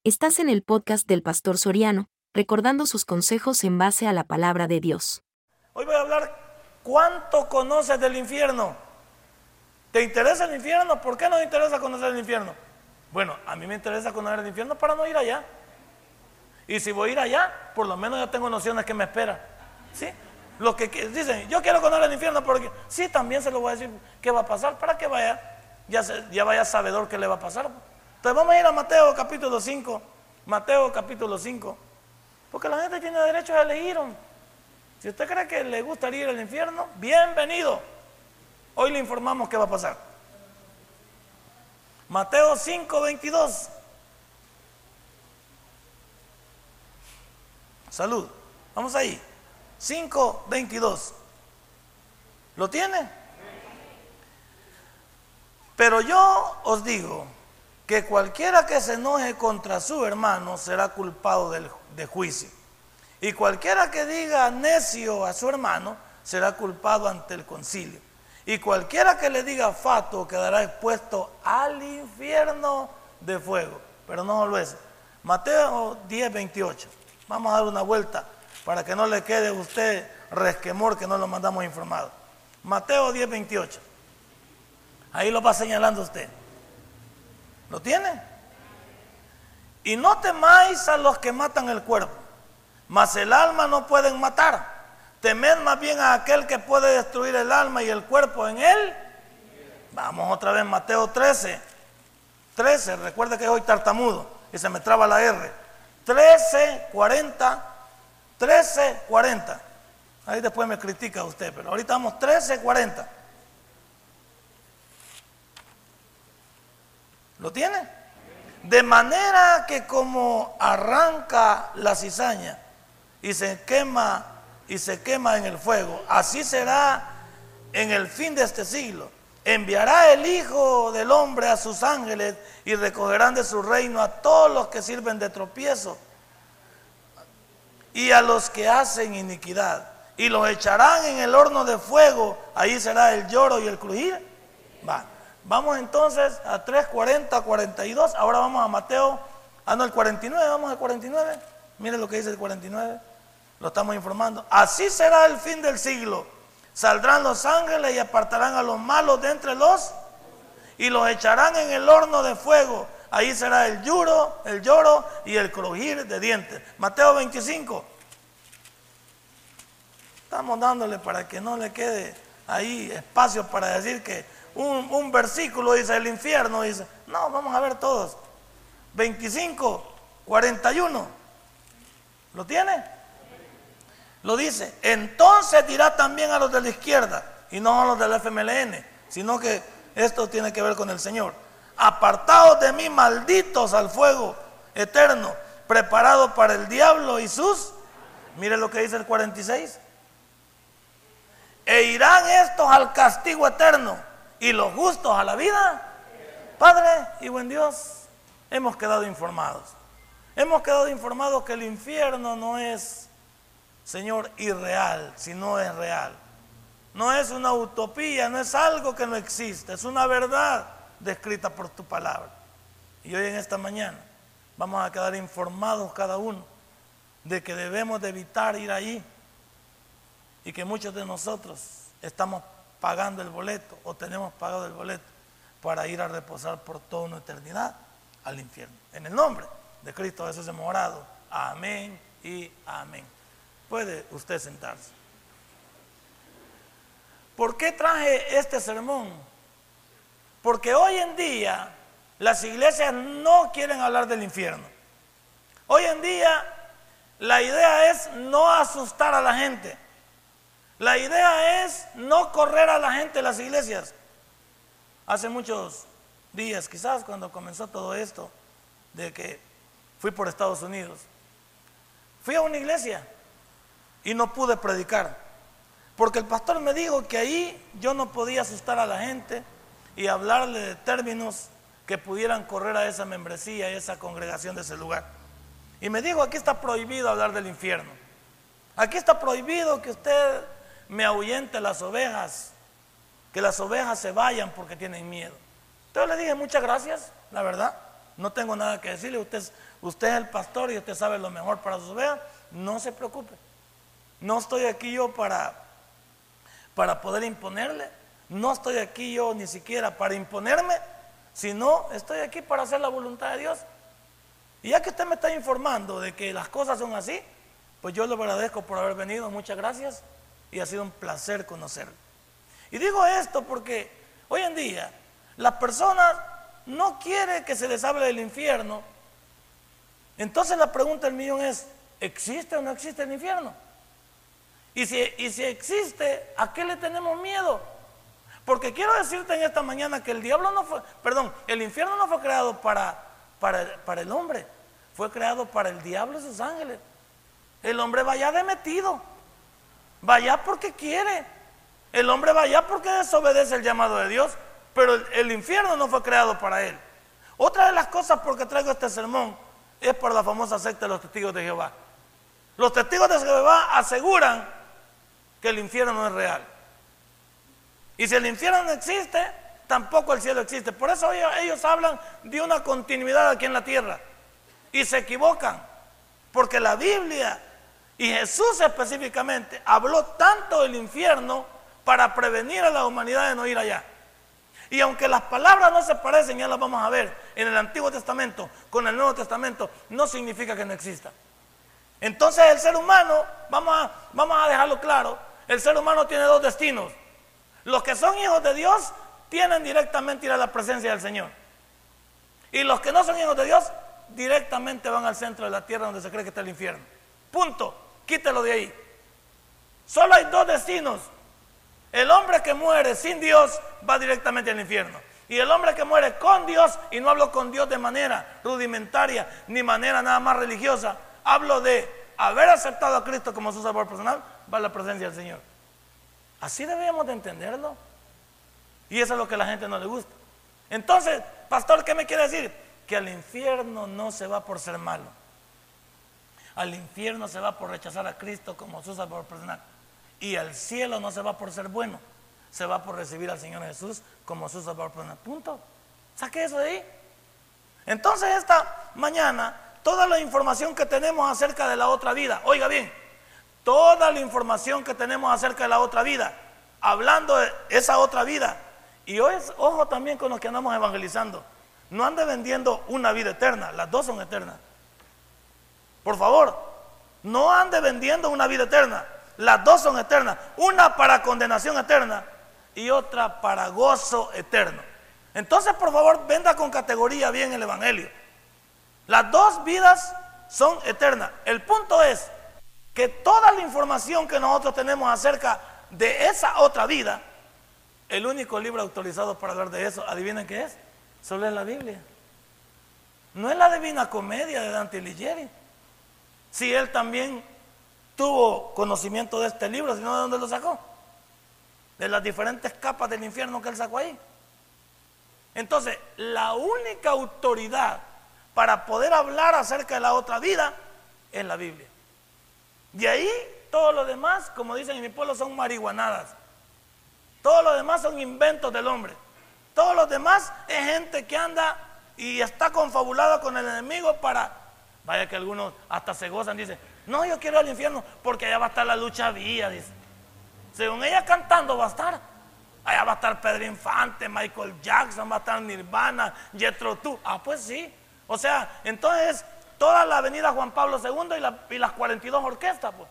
Estás en el podcast del Pastor Soriano, recordando sus consejos en base a la palabra de Dios. Hoy voy a hablar, ¿cuánto conoces del infierno? ¿Te interesa el infierno? ¿Por qué no te interesa conocer el infierno? Bueno, a mí me interesa conocer el infierno para no ir allá. Y si voy a ir allá, por lo menos ya tengo nociones que me espera. ¿Sí? Los que dicen, yo quiero conocer el infierno porque sí, también se lo voy a decir qué va a pasar para que vaya, ya vaya sabedor qué le va a pasar. Entonces vamos a ir a Mateo capítulo 5. Mateo capítulo 5. Porque la gente tiene derecho a elegir. Si usted cree que le gustaría ir al infierno, bienvenido. Hoy le informamos qué va a pasar. Mateo 5:22. Salud. Vamos ahí. 5:22. ¿Lo tiene? Pero yo os digo que cualquiera que se enoje contra su hermano será culpado de juicio. Y cualquiera que diga necio a su hermano será culpado ante el concilio. Y cualquiera que le diga fatuo quedará expuesto al infierno de fuego. Pero no olvides, Mateo 10:28. Vamos a dar una vuelta para que no le quede a usted resquemor que no lo mandamos informado. Mateo 10:28. Ahí lo va señalando usted. ¿Lo tiene? Y no temáis a los que matan el cuerpo, mas el alma no pueden matar. Temed más bien a aquel que puede destruir el alma y el cuerpo en él. Vamos otra vez, Mateo 13. Recuerda que hoy tartamudo y se me traba la R. 13:40. Ahí después me critica usted, pero ahorita vamos 13:40. ¿Lo tiene? De manera que como arranca la cizaña y se quema en el fuego, así será en el fin de este siglo. Enviará el Hijo del Hombre a sus ángeles y recogerán de su reino a todos los que sirven de tropiezo y a los que hacen iniquidad, y los echarán en el horno de fuego. Ahí será el lloro y el crujir. Vamos entonces a 3:40-42. Ahora vamos a Mateo, el 49, vamos al 49. Miren lo que dice el 49. Lo estamos informando. Así será el fin del siglo. Saldrán los ángeles y apartarán a los malos de entre los y los echarán en el horno de fuego. Ahí será el lloro y el crujir de dientes. Mateo 25. Estamos dándole para que no le quede ahí espacio para decir que un versículo dice el infierno, dice, no, vamos a ver todos. 25:41. ¿Lo tiene? Lo dice. Entonces dirá también a los de la izquierda, y no a los del FMLN, sino que esto tiene que ver con el Señor: apartados de mí, malditos, al fuego eterno, preparado para el diablo y sus. Mire lo que dice el 46. E irán estos al castigo eterno, y los justos a la vida. Padre y buen Dios, hemos quedado informados. Hemos quedado informados que el infierno no es, Señor, irreal, sino es real. No es una utopía, no es algo que no existe, es una verdad descrita por tu palabra. Y hoy en esta mañana vamos a quedar informados cada uno de que debemos de evitar ir allí, y que muchos de nosotros estamos pagando el boleto o tenemos pagado el boleto para ir a reposar por toda una eternidad al infierno. En el nombre de Cristo Jesús hemos orado. Amén y amén. Puede usted sentarse. ¿Por qué traje este sermón? Porque hoy en día las iglesias no quieren hablar del infierno. Hoy en día la idea es no asustar a la gente. La idea es no correr a la gente de las iglesias. Hace muchos días, quizás cuando comenzó todo esto, de que fui por Estados Unidos, fui a una iglesia y no pude predicar, porque el pastor me dijo que ahí yo no podía asustar a la gente y hablarle de términos que pudieran correr a esa membresía, a esa congregación de ese lugar. Y me dijo, aquí está prohibido hablar del infierno. Aquí está prohibido que usted me ahuyente las ovejas, que las ovejas se vayan porque tienen miedo. Entonces le dije, muchas gracias, la verdad. no tengo nada que decirle, usted es el pastor y usted sabe lo mejor para sus ovejas, no se preocupe. No estoy aquí yo para poder imponerle, no estoy aquí yo ni siquiera para imponerme, sino estoy aquí para hacer la voluntad de Dios. Y ya que usted me está informando de que las cosas son así, pues yo le agradezco por haber venido, muchas gracias, y ha sido un placer conocerlo. Y digo esto porque hoy en día las personas no quieren que se les hable del infierno. Entonces la pregunta del millón es, ¿existe o no existe el infierno? Y si existe, ¿a qué le tenemos miedo? Porque quiero decirte en esta mañana que el infierno no fue creado para el hombre, fue creado para el diablo y sus ángeles. El hombre va allá de metido, va allá porque quiere, el hombre va allá porque desobedece el llamado de Dios, pero el infierno no fue creado para él. Otra de las cosas por que traigo este sermón es por la famosa secta de los testigos de Jehová. Los testigos de Jehová aseguran que el infierno no es real. Y si el infierno no existe, tampoco el cielo existe. Por eso ellos hablan de una continuidad aquí en la tierra. Y se equivocan, porque la Biblia y Jesús específicamente habló tanto del infierno para prevenir a la humanidad de no ir allá. Y aunque las palabras no se parecen, ya las vamos a ver en el Antiguo Testamento con el Nuevo Testamento, no significa que no exista. Entonces el ser humano, vamos a dejarlo claro, el ser humano tiene dos destinos. Los que son hijos de Dios tienen directamente ir a la presencia del Señor. Y los que no son hijos de Dios directamente van al centro de la tierra donde se cree que está el infierno. Punto, quítelo de ahí. Solo hay dos destinos. El hombre que muere sin Dios va directamente al infierno. Y el hombre que muere con Dios, y no hablo con Dios de manera rudimentaria, ni manera nada más religiosa, hablo de haber aceptado a Cristo como su Salvador personal, va a la presencia del Señor. Así debemos de entenderlo. Y eso es lo que a la gente no le gusta. Entonces, pastor, ¿qué me quiere decir? Que al infierno no se va por ser malo. Al infierno se va por rechazar a Cristo como su Salvador personal. Y al cielo no se va por ser bueno, se va por recibir al Señor Jesús como su Salvador personal. Punto. Saque eso de ahí. Entonces esta mañana, toda la información que tenemos acerca de la otra vida, oiga bien, toda la información que tenemos acerca de la otra vida, hablando de esa otra vida, y hoy ojo también con los que andamos evangelizando, no ande vendiendo una vida eterna, las dos son eternas. Por favor, no ande vendiendo una vida eterna, las dos son eternas, una para condenación eterna y otra para gozo eterno. Entonces, por favor, venda con categoría bien el evangelio. Las dos vidas son eternas. El punto es que toda la información que nosotros tenemos acerca de esa otra vida, el único libro autorizado para hablar de eso, adivinen qué es, solo es la Biblia. No es la Divina Comedia de Dante Alighieri. Si él también tuvo conocimiento de este libro, sino de dónde lo sacó, de las diferentes capas del infierno que él sacó ahí. Entonces, la única autoridad para poder hablar acerca de la otra vida es la Biblia. De ahí, todo lo demás, como dicen en mi pueblo, son marihuanadas. Todo lo demás son inventos del hombre. Todo lo demás es gente que anda y está confabulada con el enemigo para, vaya que algunos hasta se gozan, dicen, no, yo quiero ir al infierno porque allá va a estar la lucha vía, dice. Según ella cantando va a estar. Allá va a estar Pedro Infante, Michael Jackson, va a estar Nirvana, Jethro Tull. Ah, pues sí. O sea, entonces toda la avenida Juan Pablo II y las 42 orquestas, pues.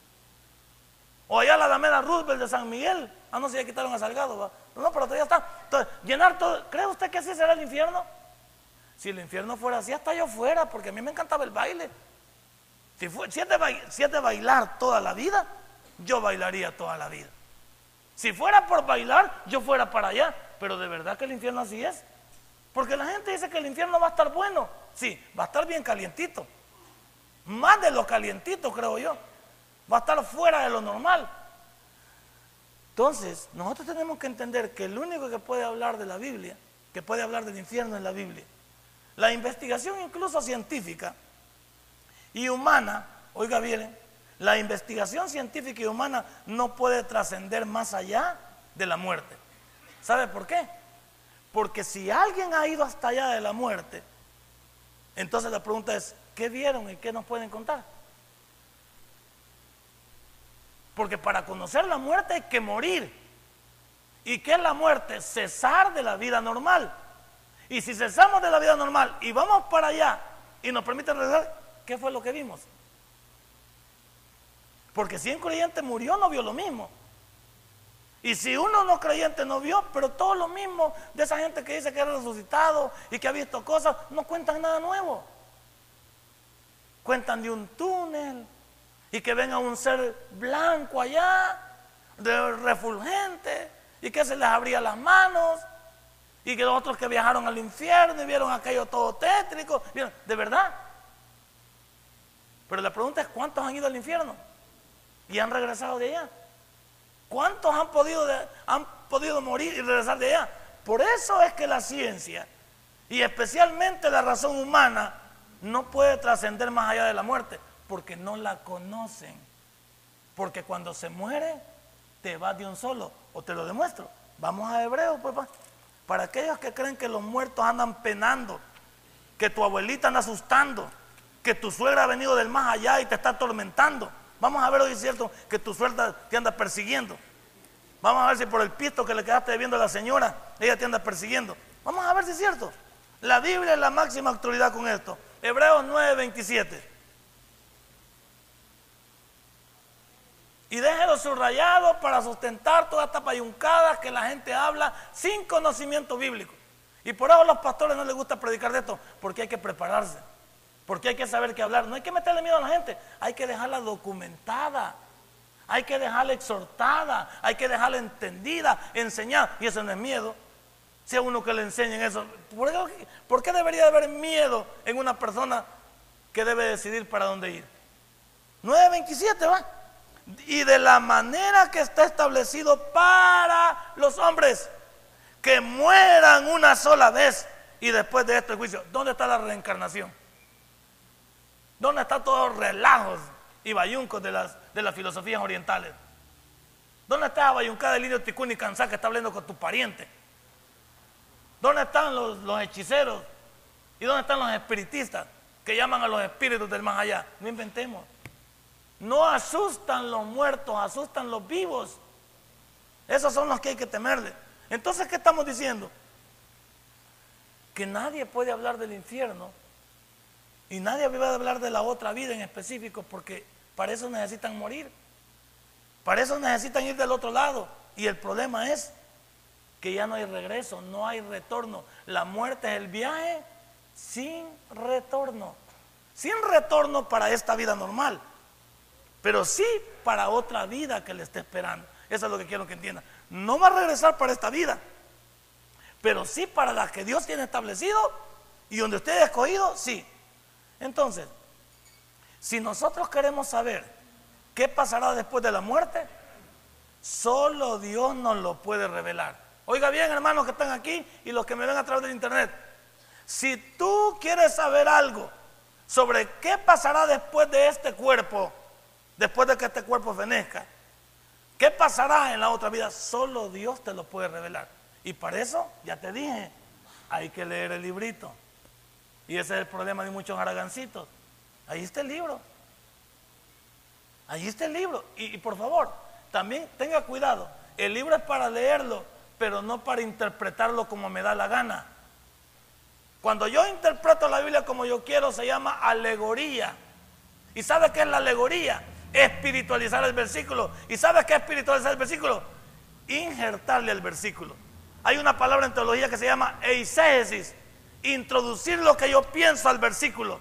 O allá la Alameda Roosevelt de San Miguel. Ah, no, si ya quitaron a Salgado, ¿va? No, pero todavía está. Entonces, llenar todo. ¿Cree usted que así será el infierno? Si el infierno fuera así, hasta yo fuera, porque a mí me encantaba el baile. Si es de bailar toda la vida, yo bailaría toda la vida. Si fuera por bailar, yo fuera para allá. Pero de verdad que el infierno así es. Porque la gente dice que el infierno va a estar bueno. Sí, va a estar bien calientito. Más de lo calientito, creo yo. Va a estar fuera de lo normal. Entonces, nosotros tenemos que entender que el único que puede hablar de la Biblia, que puede hablar del infierno es la Biblia. La investigación incluso científica y humana, oiga bien, la investigación científica y humana no puede trascender más allá de la muerte. ¿Sabe por qué? Porque si alguien ha ido hasta allá de la muerte, Entonces la pregunta es, ¿qué vieron y qué nos pueden contar? Porque para conocer la muerte hay que morir. ¿Y qué es la muerte? Cesar de la vida normal. Y si cesamos de la vida normal y vamos para allá y nos permiten regresar, ¿qué fue lo que vimos? Porque si un creyente murió, no vio lo mismo. Y si uno no creyente no vio, pero todo lo mismo de esa gente que dice que era resucitado y que ha visto cosas, no cuentan nada nuevo. Cuentan de un túnel y que venga un ser blanco allá, refulgente, y que se les abría las manos, y que los otros que viajaron al infierno y vieron aquello todo tétrico, ¿vieron? ¿De verdad? Pero la pregunta es, ¿cuántos han ido al infierno y han regresado de allá? ¿Cuántos han podido morir y regresar de allá? Por eso es que la ciencia, y especialmente la razón humana, no puede trascender más allá de la muerte, porque no la conocen. Porque cuando se muere, te vas de un solo, o te lo demuestro. Vamos a Hebreos, pues, para aquellos que creen que los muertos andan penando, que tu abuelita anda asustando, que tu suegra ha venido del más allá y te está atormentando. Vamos a ver hoy, es cierto, que tu suegra te anda persiguiendo. Vamos a ver si por el pisto que le quedaste debiendo a la señora, ella te anda persiguiendo. Vamos a ver si es cierto. La Biblia es la máxima autoridad con esto. Hebreos 9:27. Y déjelo subrayado para sustentar toda esta payuncada que la gente habla sin conocimiento bíblico. Y por eso a los pastores no les gusta predicar de esto, porque hay que prepararse, porque hay que saber qué hablar. No hay que meterle miedo a la gente, hay que dejarla documentada, hay que dejarla exhortada, hay que dejarla entendida, enseñada. Y eso no es miedo. Si a uno que le enseñen eso, ¿por qué debería haber miedo en una persona que debe decidir para dónde ir? 9:27, ¿va? Y de la manera que está establecido para los hombres, que mueran una sola vez y después de esto el juicio. ¿Dónde está la reencarnación? ¿Dónde están todos los relajos y bayuncos de las filosofías orientales? ¿Dónde está la bayuncada del indio Ticún y Cansá que está hablando con tu pariente? ¿Dónde están los hechiceros? ¿Y dónde están los espiritistas que llaman a los espíritus del más allá? No inventemos. No asustan los muertos, asustan los vivos. Esos son los que hay que temerle. Entonces, ¿qué estamos diciendo? Que nadie puede hablar del infierno y nadie va a hablar de la otra vida en específico, porque para eso necesitan morir. Para eso necesitan ir del otro lado. Y el problema es que ya no hay regreso, no hay retorno. La muerte es el viaje sin retorno. Sin retorno para esta vida normal, pero sí para otra vida que le esté esperando. Eso es lo que quiero que entiendan. No va a regresar para esta vida, pero sí para la que Dios tiene establecido y donde usted ha escogido, sí. Entonces, si nosotros queremos saber qué pasará después de la muerte, solo Dios nos lo puede revelar. Oiga bien, hermanos que están aquí y los que me ven a través del internet, si tú quieres saber algo sobre qué pasará después de este cuerpo, después de que este cuerpo fenezca, ¿qué pasará en la otra vida? Solo Dios te lo puede revelar. Y para eso, ya te dije, hay que leer el librito. Y ese es el problema de muchos haragancitos. Ahí está el libro. Ahí está el libro. Y por favor, también tenga cuidado. El libro es para leerlo, pero no para interpretarlo como me da la gana. Cuando yo interpreto la Biblia como yo quiero, se llama alegoría. ¿Y sabe qué es la alegoría? Espiritualizar el versículo. ¿Y sabes qué es espiritualizar el versículo? Injertarle al versículo. Hay una palabra en teología que se llama eisegesis, introducir lo que yo pienso al versículo.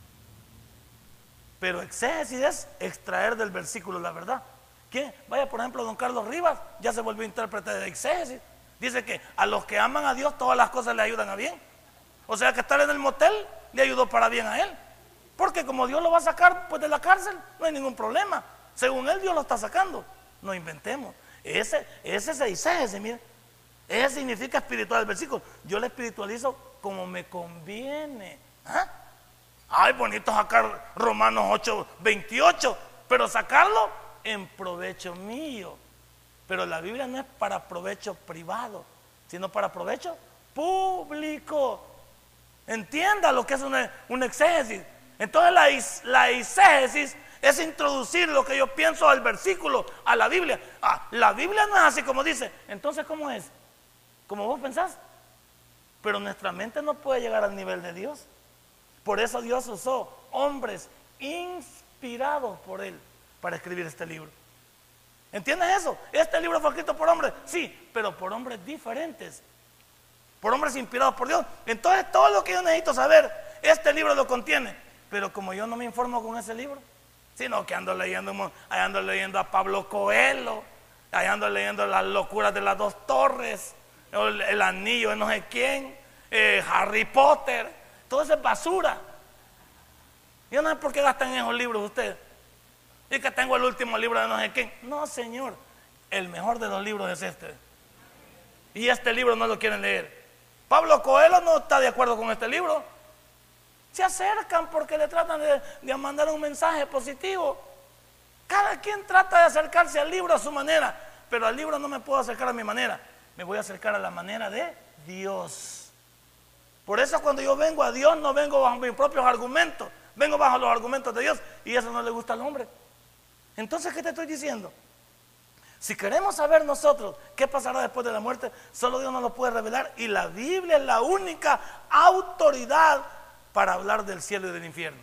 Pero exégesis es extraer del versículo la verdad. ¿Quién? Vaya, por ejemplo, don Carlos Rivas ya se volvió intérprete de exégesis. Dice que a los que aman a Dios todas las cosas le ayudan a bien. O sea que estar en el motel le ayudó para bien a él. Porque como Dios lo va a sacar pues de la cárcel, no hay ningún problema. Según él, Dios lo está sacando. No inventemos. Ese es eisegesis, mire. Ese significa espiritual el versículo. Yo le espiritualizo como me conviene. ¿Ah? Ay, bonito sacar Romanos 8:28, pero sacarlo en provecho mío. Pero la Biblia no es para provecho privado, sino para provecho público. Entienda lo que es un exégesis. Entonces la exégesis es introducir lo que yo pienso al versículo, a la Biblia. La Biblia no es así como dice. Entonces, ¿cómo es? Como vos pensás. Pero nuestra mente no puede llegar al nivel de Dios. Por eso Dios usó hombres inspirados por Él para escribir este libro. ¿Entiendes eso? Este libro fue escrito por hombres, sí, pero por hombres diferentes, por hombres inspirados por Dios. Entonces todo lo que yo necesito saber, este libro lo contiene. Pero como yo no me informo con ese libro, sino que ando leyendo a Pablo Coelho, ando leyendo las locuras de las dos torres, el anillo de no sé quién, Harry Potter, todo eso es basura. Yo no sé por qué gastan esos libros ustedes. Y que tengo el último libro de no sé quién. No, señor, el mejor de los libros es este. Y este libro no lo quieren leer. Pablo Coelho no está de acuerdo con este libro. Se acercan porque le tratan de mandar un mensaje positivo. Cada quien trata de acercarse al libro a su manera, pero al libro no me puedo acercar a mi manera. Me voy a acercar a la manera de Dios. Por eso cuando yo vengo a Dios no vengo bajo mis propios argumentos, vengo bajo los argumentos de Dios, y eso no le gusta al hombre. Entonces, ¿qué te estoy diciendo? Si queremos saber nosotros qué pasará después de la muerte, solo Dios nos lo puede revelar, y la Biblia es la única autoridad para hablar del cielo y del infierno.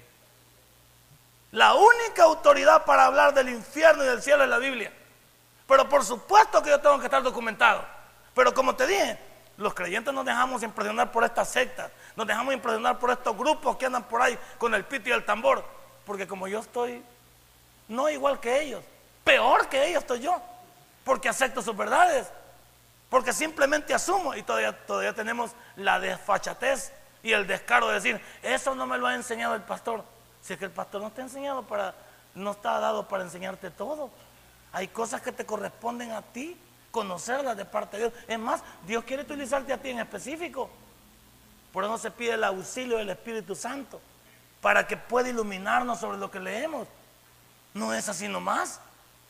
La única autoridad para hablar del infierno y del cielo es la Biblia. Pero por supuesto que yo tengo que estar documentado. Pero como te dije, los creyentes nos dejamos impresionar por estas sectas, nos dejamos impresionar por estos grupos que andan por ahí con el pito y el tambor, porque como yo estoy no igual que ellos, peor que ellos estoy yo, porque acepto sus verdades, porque simplemente asumo, y todavía tenemos la desfachatez y el descaro de decir, eso no me lo ha enseñado el pastor. Si es que el pastor no está enseñado no está dado para enseñarte todo. Hay cosas que te corresponden a ti conocerlas de parte de Dios. Es más, Dios quiere utilizarte a ti en específico. Por eso se pide el auxilio del Espíritu Santo, para que pueda iluminarnos sobre lo que leemos. No es así nomás.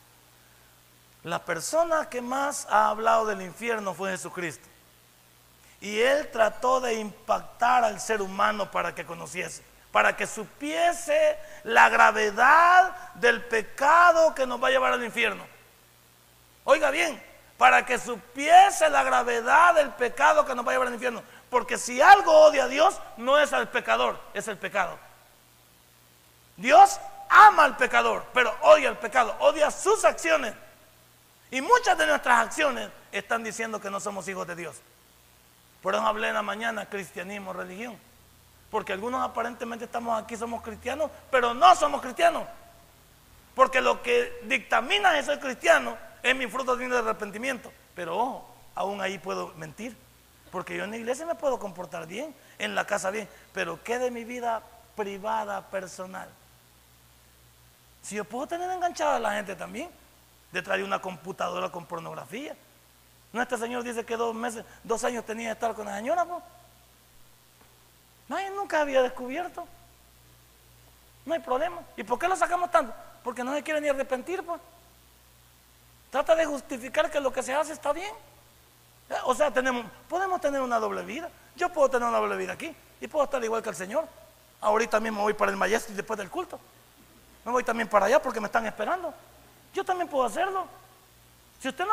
La persona que más ha hablado del infierno fue Jesucristo. Y Él trató de impactar al ser humano para que conociese, para que supiese la gravedad del pecado que nos va a llevar al infierno. Oiga bien, para que supiese la gravedad del pecado que nos va a llevar al infierno. Porque si algo odia a Dios, no es al pecador, es el pecado. Dios ama al pecador, pero odia al pecado, odia sus acciones. Y muchas de nuestras acciones están diciendo que no somos hijos de Dios. Por eso hablé en la mañana, cristianismo, religión. Porque algunos aparentemente estamos aquí, somos cristianos, pero no somos cristianos. Porque lo que dictamina que soy cristiano es mi fruto digno de arrepentimiento. Pero ojo, aún ahí puedo mentir. Porque yo en la iglesia me puedo comportar bien, en la casa bien, pero ¿qué de mi vida privada, personal? Si yo puedo tener enganchada a la gente también, detrás de una computadora con pornografía. No, este señor dice que 2 años tenía que estar con la señora, pues. Nadie nunca había descubierto. No hay problema. ¿Y por qué lo sacamos tanto? Porque no se quiere ni arrepentir, pues. Trata de justificar que lo que se hace está bien. O sea, podemos tener una doble vida. Yo puedo tener una doble vida aquí y puedo estar igual que el Señor. Ahorita mismo voy para el Majestic después del culto. Me voy también para allá porque me están esperando. Yo también puedo hacerlo. Si usted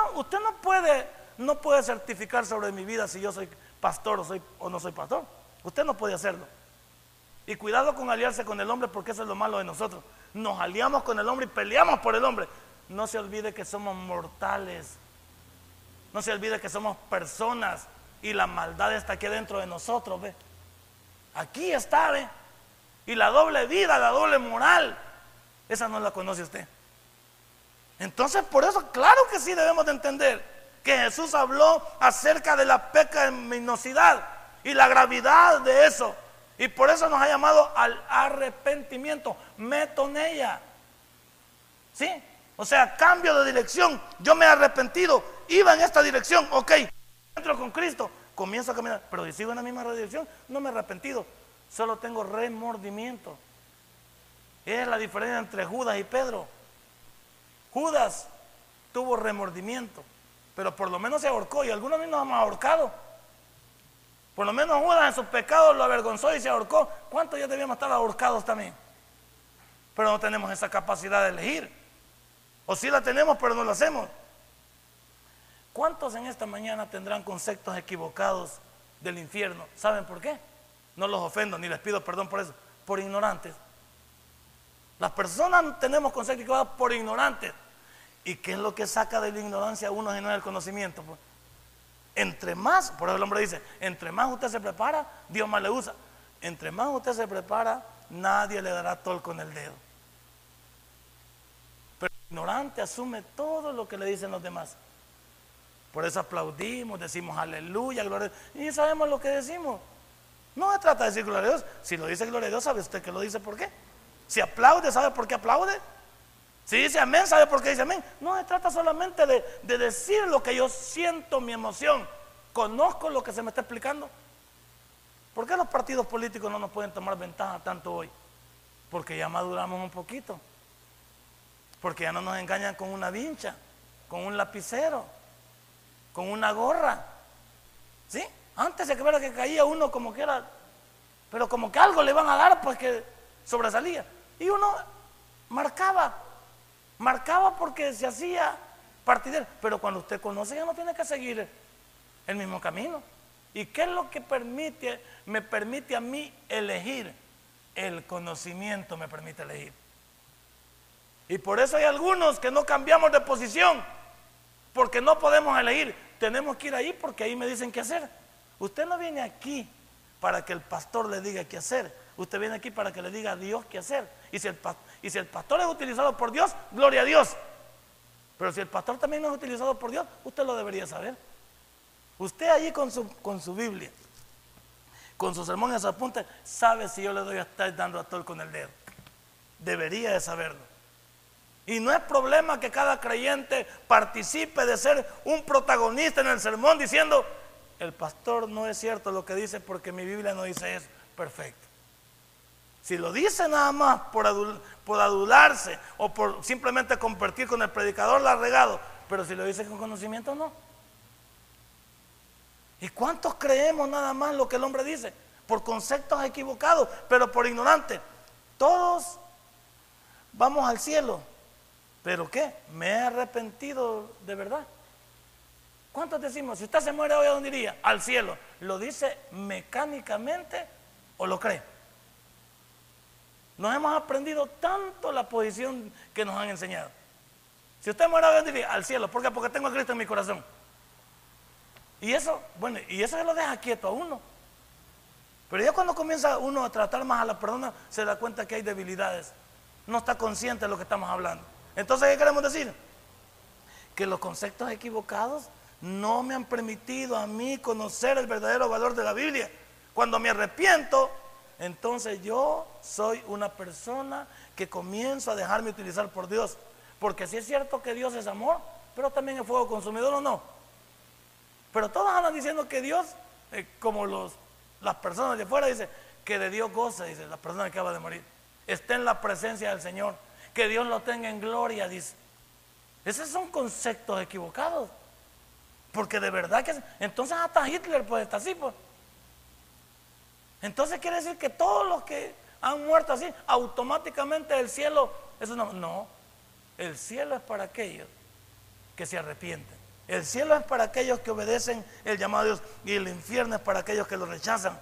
no puede certificar sobre mi vida si yo soy pastor o no soy pastor. Usted no puede hacerlo. Y cuidado con aliarse con el hombre, porque eso es lo malo de nosotros. Nos aliamos con el hombre y peleamos por el hombre. No se olvide que somos mortales. No se olvide que somos personas y la maldad está aquí dentro de nosotros, ¿ve? Aquí está, ¿ve? Y la doble vida, la doble moral, esa no la conoce usted. Entonces, por eso, claro que sí debemos de entender que Jesús habló acerca de la pecaminosidad y la gravedad de eso. Y por eso nos ha llamado al arrepentimiento, metoneia. ¿Sí? O sea, cambio de dirección. Yo me he arrepentido, iba en esta dirección, ok, entro con Cristo, comienzo a caminar, pero si sigo en la misma dirección, no me he arrepentido, solo tengo remordimiento. Es la diferencia entre Judas y Pedro. Judas tuvo remordimiento, pero por lo menos se ahorcó, y algunos mismos nos hemos ahorcado. Por lo menos Judas en sus pecados lo avergonzó y se ahorcó. ¿Cuántos ya debíamos estar ahorcados también? Pero no tenemos esa capacidad de elegir. O sí la tenemos, pero no la hacemos. ¿Cuántos en esta mañana tendrán conceptos equivocados del infierno? ¿Saben por qué? No los ofendo ni les pido perdón por eso. Por ignorantes. Las personas tenemos conceptos equivocados por ignorantes. ¿Y qué es lo que saca de la ignorancia a uno si no es el conocimiento? Pues, entre más, por eso el hombre dice, entre más usted se prepara, Dios más le usa. Entre más usted se prepara, nadie le dará tol con el dedo. Pero el ignorante asume todo lo que le dicen los demás. Por eso aplaudimos, decimos aleluya, gloria a Dios, y sabemos lo que decimos. No se trata de decir gloria a Dios. Si lo dice gloria a Dios, ¿sabe usted que lo dice por qué? Si aplaude, ¿sabe por qué aplaude? Si dice amén, ¿sabe por qué dice amén? No se trata solamente de decir lo que yo siento, mi emoción. Conozco lo que se me está explicando. ¿Por qué los partidos políticos no nos pueden tomar ventaja tanto hoy? Porque ya maduramos un poquito. Porque ya no nos engañan con una vincha, con un lapicero, con una gorra. ¿Sí? Antes se creía que caía uno como que era, pero como que algo le van a dar, pues que sobresalía. Y uno marcaba porque se hacía partidero. Pero cuando usted conoce, ya no tiene que seguir el mismo camino. ¿Y qué es lo que me permite a mí elegir? El conocimiento me permite elegir. Y por eso hay algunos que no cambiamos de posición, porque no podemos elegir. Tenemos que ir ahí porque ahí me dicen qué hacer. Usted no viene aquí para que el pastor le diga qué hacer. Usted viene aquí para que le diga a Dios qué hacer. Y si el pastor es utilizado por Dios, gloria a Dios. Pero si el pastor también no es utilizado por Dios, usted lo debería saber. Usted allí con su Biblia, con sus sermones a su apunte, sabe si yo le doy a estar dando a tol con el dedo. Debería de saberlo. Y no es problema que cada creyente participe de ser un protagonista en el sermón diciendo, el pastor no es cierto lo que dice porque mi Biblia no dice eso. Perfecto. Si lo dice nada más por adularse o por simplemente compartir con el predicador, la ha regado. Pero si lo dice con conocimiento, no. ¿Y cuántos creemos nada más lo que el hombre dice? Por conceptos equivocados, pero por ignorantes. Todos vamos al cielo. ¿Pero qué? Me he arrepentido de verdad. ¿Cuántos decimos? Si usted se muere hoy, ¿a dónde iría? Al cielo. ¿Lo dice mecánicamente o lo cree? Nos hemos aprendido tanto la posición que nos han enseñado. Si usted muere hoy, ¿a dónde iría? Al cielo. ¿Por qué? Porque tengo a Cristo en mi corazón. Y eso, bueno, y eso se lo deja quieto a uno. Pero ya cuando comienza uno a tratar más a la persona, se da cuenta que hay debilidades. No está consciente de lo que estamos hablando. Entonces, ¿qué queremos decir? Que los conceptos equivocados no me han permitido a mí conocer el verdadero valor de la Biblia. Cuando me arrepiento, entonces yo soy una persona que comienzo a dejarme utilizar por Dios. Porque sí es cierto que Dios es amor, pero también es fuego consumidor, ¿o no? Pero todos andan diciendo que Dios, como las personas de afuera, dice que de Dios goza, dice la persona que acaba de morir. Está en la presencia del Señor. Que Dios lo tenga en gloria, dice. Esos son conceptos equivocados. Porque de verdad que... Entonces hasta Hitler puede estar así, pues. Entonces quiere decir que todos los que han muerto así, automáticamente el cielo... Eso no. El cielo es para aquellos que se arrepienten. El cielo es para aquellos que obedecen el llamado de Dios. Y el infierno es para aquellos que lo rechazan.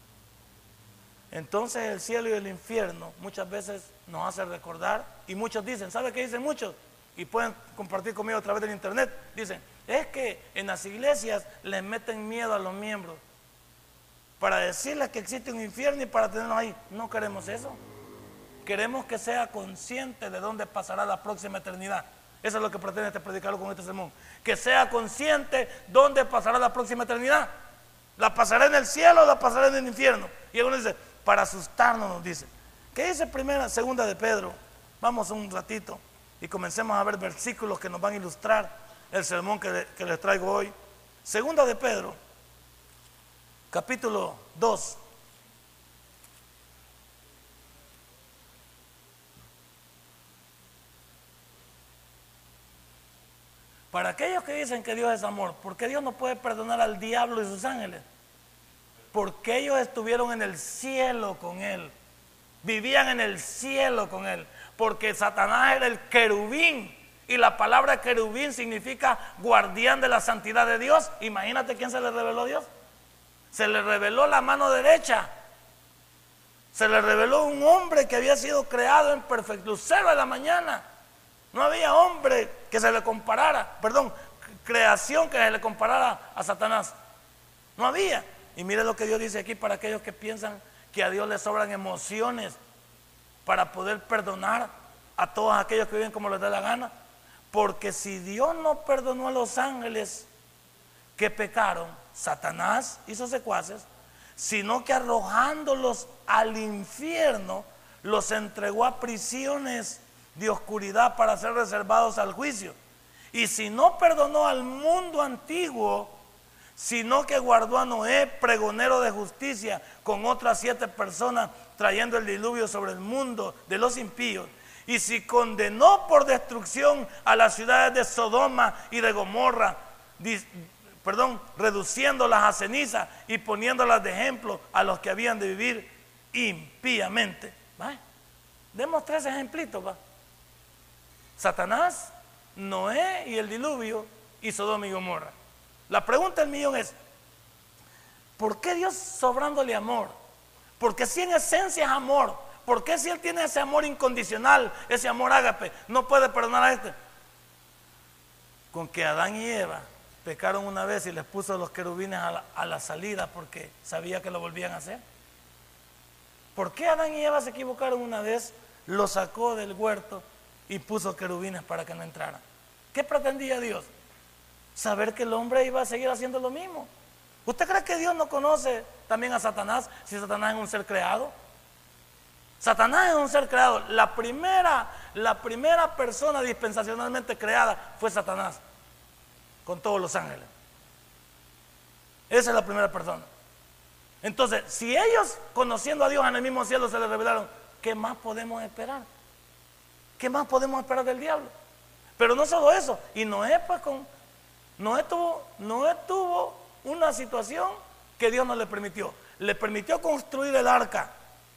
Entonces el cielo y el infierno muchas veces nos hacen recordar. Y muchos dicen, ¿sabe qué dicen muchos? Y pueden compartir conmigo a través del internet. Dicen, es que en las iglesias les meten miedo a los miembros para decirles que existe un infierno y para tenerlos ahí. No queremos eso. Queremos que sea consciente de dónde pasará la próxima eternidad. Eso es lo que pretende este predicador con este sermón. Que sea consciente dónde pasará la próxima eternidad. ¿La pasará en el cielo o la pasará en el infierno? Y algunos dicen, para asustarnos, nos dice. ¿Qué dice segunda de Pedro? Vamos un ratito y comencemos a ver versículos que nos van a ilustrar el sermón que les traigo hoy. Segunda de Pedro, capítulo 2. Para aquellos que dicen que Dios es amor, ¿por qué Dios no puede perdonar al diablo y sus ángeles? Porque ellos estuvieron en el cielo con Él. Vivían en el cielo con Él. Porque Satanás era el querubín. Y la palabra querubín significa guardián de la santidad de Dios. Imagínate quién se le reveló a Dios. Se le reveló la mano derecha. Se le reveló un hombre que había sido creado en perfecto lucero de la mañana. No había hombre que se le comparara, creación que se le comparara a Satanás. No había. Y mire lo que Dios dice aquí para aquellos que piensan que a Dios le sobran emociones para poder perdonar a todos aquellos que viven como les dé la gana. Porque si Dios no perdonó a los ángeles que pecaron, Satanás y sus secuaces, sino que arrojándolos al infierno, los entregó a prisiones de oscuridad para ser reservados al juicio. Y si no perdonó al mundo antiguo, sino que guardó a Noé, pregonero de justicia, con otras 7 personas, trayendo el diluvio sobre el mundo de los impíos. Y si condenó por destrucción a las ciudades de Sodoma y de Gomorra, reduciéndolas a ceniza y poniéndolas de ejemplo a los que habían de vivir impíamente. ¿Va? Demos 3 ejemplitos. ¿Va? Satanás, Noé y el diluvio y Sodoma y Gomorra. La pregunta del millón es: ¿por qué Dios sobrándole amor? Porque si en esencia es amor, ¿por qué si Él tiene ese amor incondicional, ese amor ágape, no puede perdonar a este? Con que Adán y Eva pecaron una vez y les puso los querubines a la salida porque sabía que lo volvían a hacer. ¿Por qué Adán y Eva se equivocaron una vez? Lo sacó del huerto y puso querubines para que no entraran. ¿Qué pretendía Dios? Saber que el hombre iba a seguir haciendo lo mismo. ¿Usted cree que Dios no conoce también a Satanás si Satanás es un ser creado? Satanás es un ser creado. La primera persona dispensacionalmente creada fue Satanás, con todos los ángeles. Esa es la primera persona. Entonces, si ellos, conociendo a Dios en el mismo cielo, se les revelaron, ¿qué más podemos esperar? ¿Qué más podemos esperar del diablo? Pero no solo eso. Y Noé, pues, Noé tuvo una situación que Dios no le permitió. Le permitió construir el arca,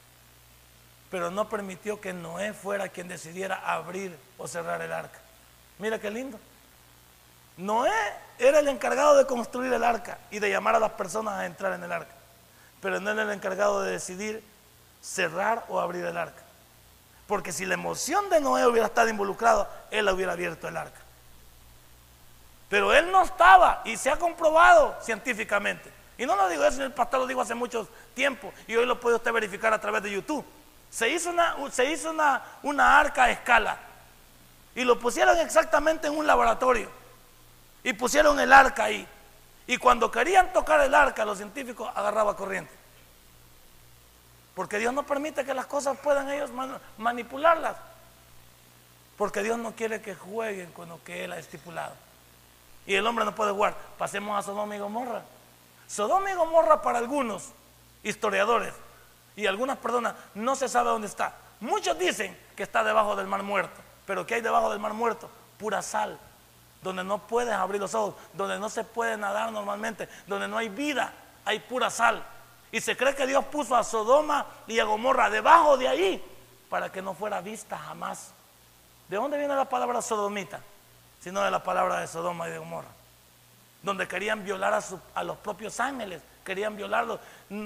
pero no permitió que Noé fuera quien decidiera abrir o cerrar el arca. Mira qué lindo. Noé era el encargado de construir el arca y de llamar a las personas a entrar en el arca, pero no era el encargado de decidir cerrar o abrir el arca. Porque si la emoción de Noé hubiera estado involucrado, él hubiera abierto el arca. Pero él no estaba, y se ha comprobado científicamente. Y no lo digo eso, el pastor lo dijo hace mucho tiempo, y hoy lo puede usted verificar a través de YouTube. Se hizo una arca a escala, y lo pusieron exactamente en un laboratorio, y pusieron el arca ahí. Y cuando querían tocar el arca, los científicos agarraban corriente. Porque Dios no permite que las cosas puedan ellos manipularlas. Porque Dios no quiere que jueguen con lo que Él ha estipulado. Y el hombre no puede jugar. Pasemos a Sodoma y Gomorra. Sodoma y Gomorra, para algunos historiadores y algunas personas, no se sabe dónde está. Muchos dicen que está debajo del Mar Muerto. Pero ¿qué hay debajo del Mar Muerto? Pura sal, donde no puedes abrir los ojos, donde no se puede nadar normalmente, donde no hay vida, hay pura sal. Y se cree que Dios puso a Sodoma y a Gomorra debajo de ahí para que no fuera vista jamás. ¿De dónde viene la palabra sodomita? Sino de la palabra de Sodoma y de Gomorra, donde querían violar a los propios ángeles, querían violarlos.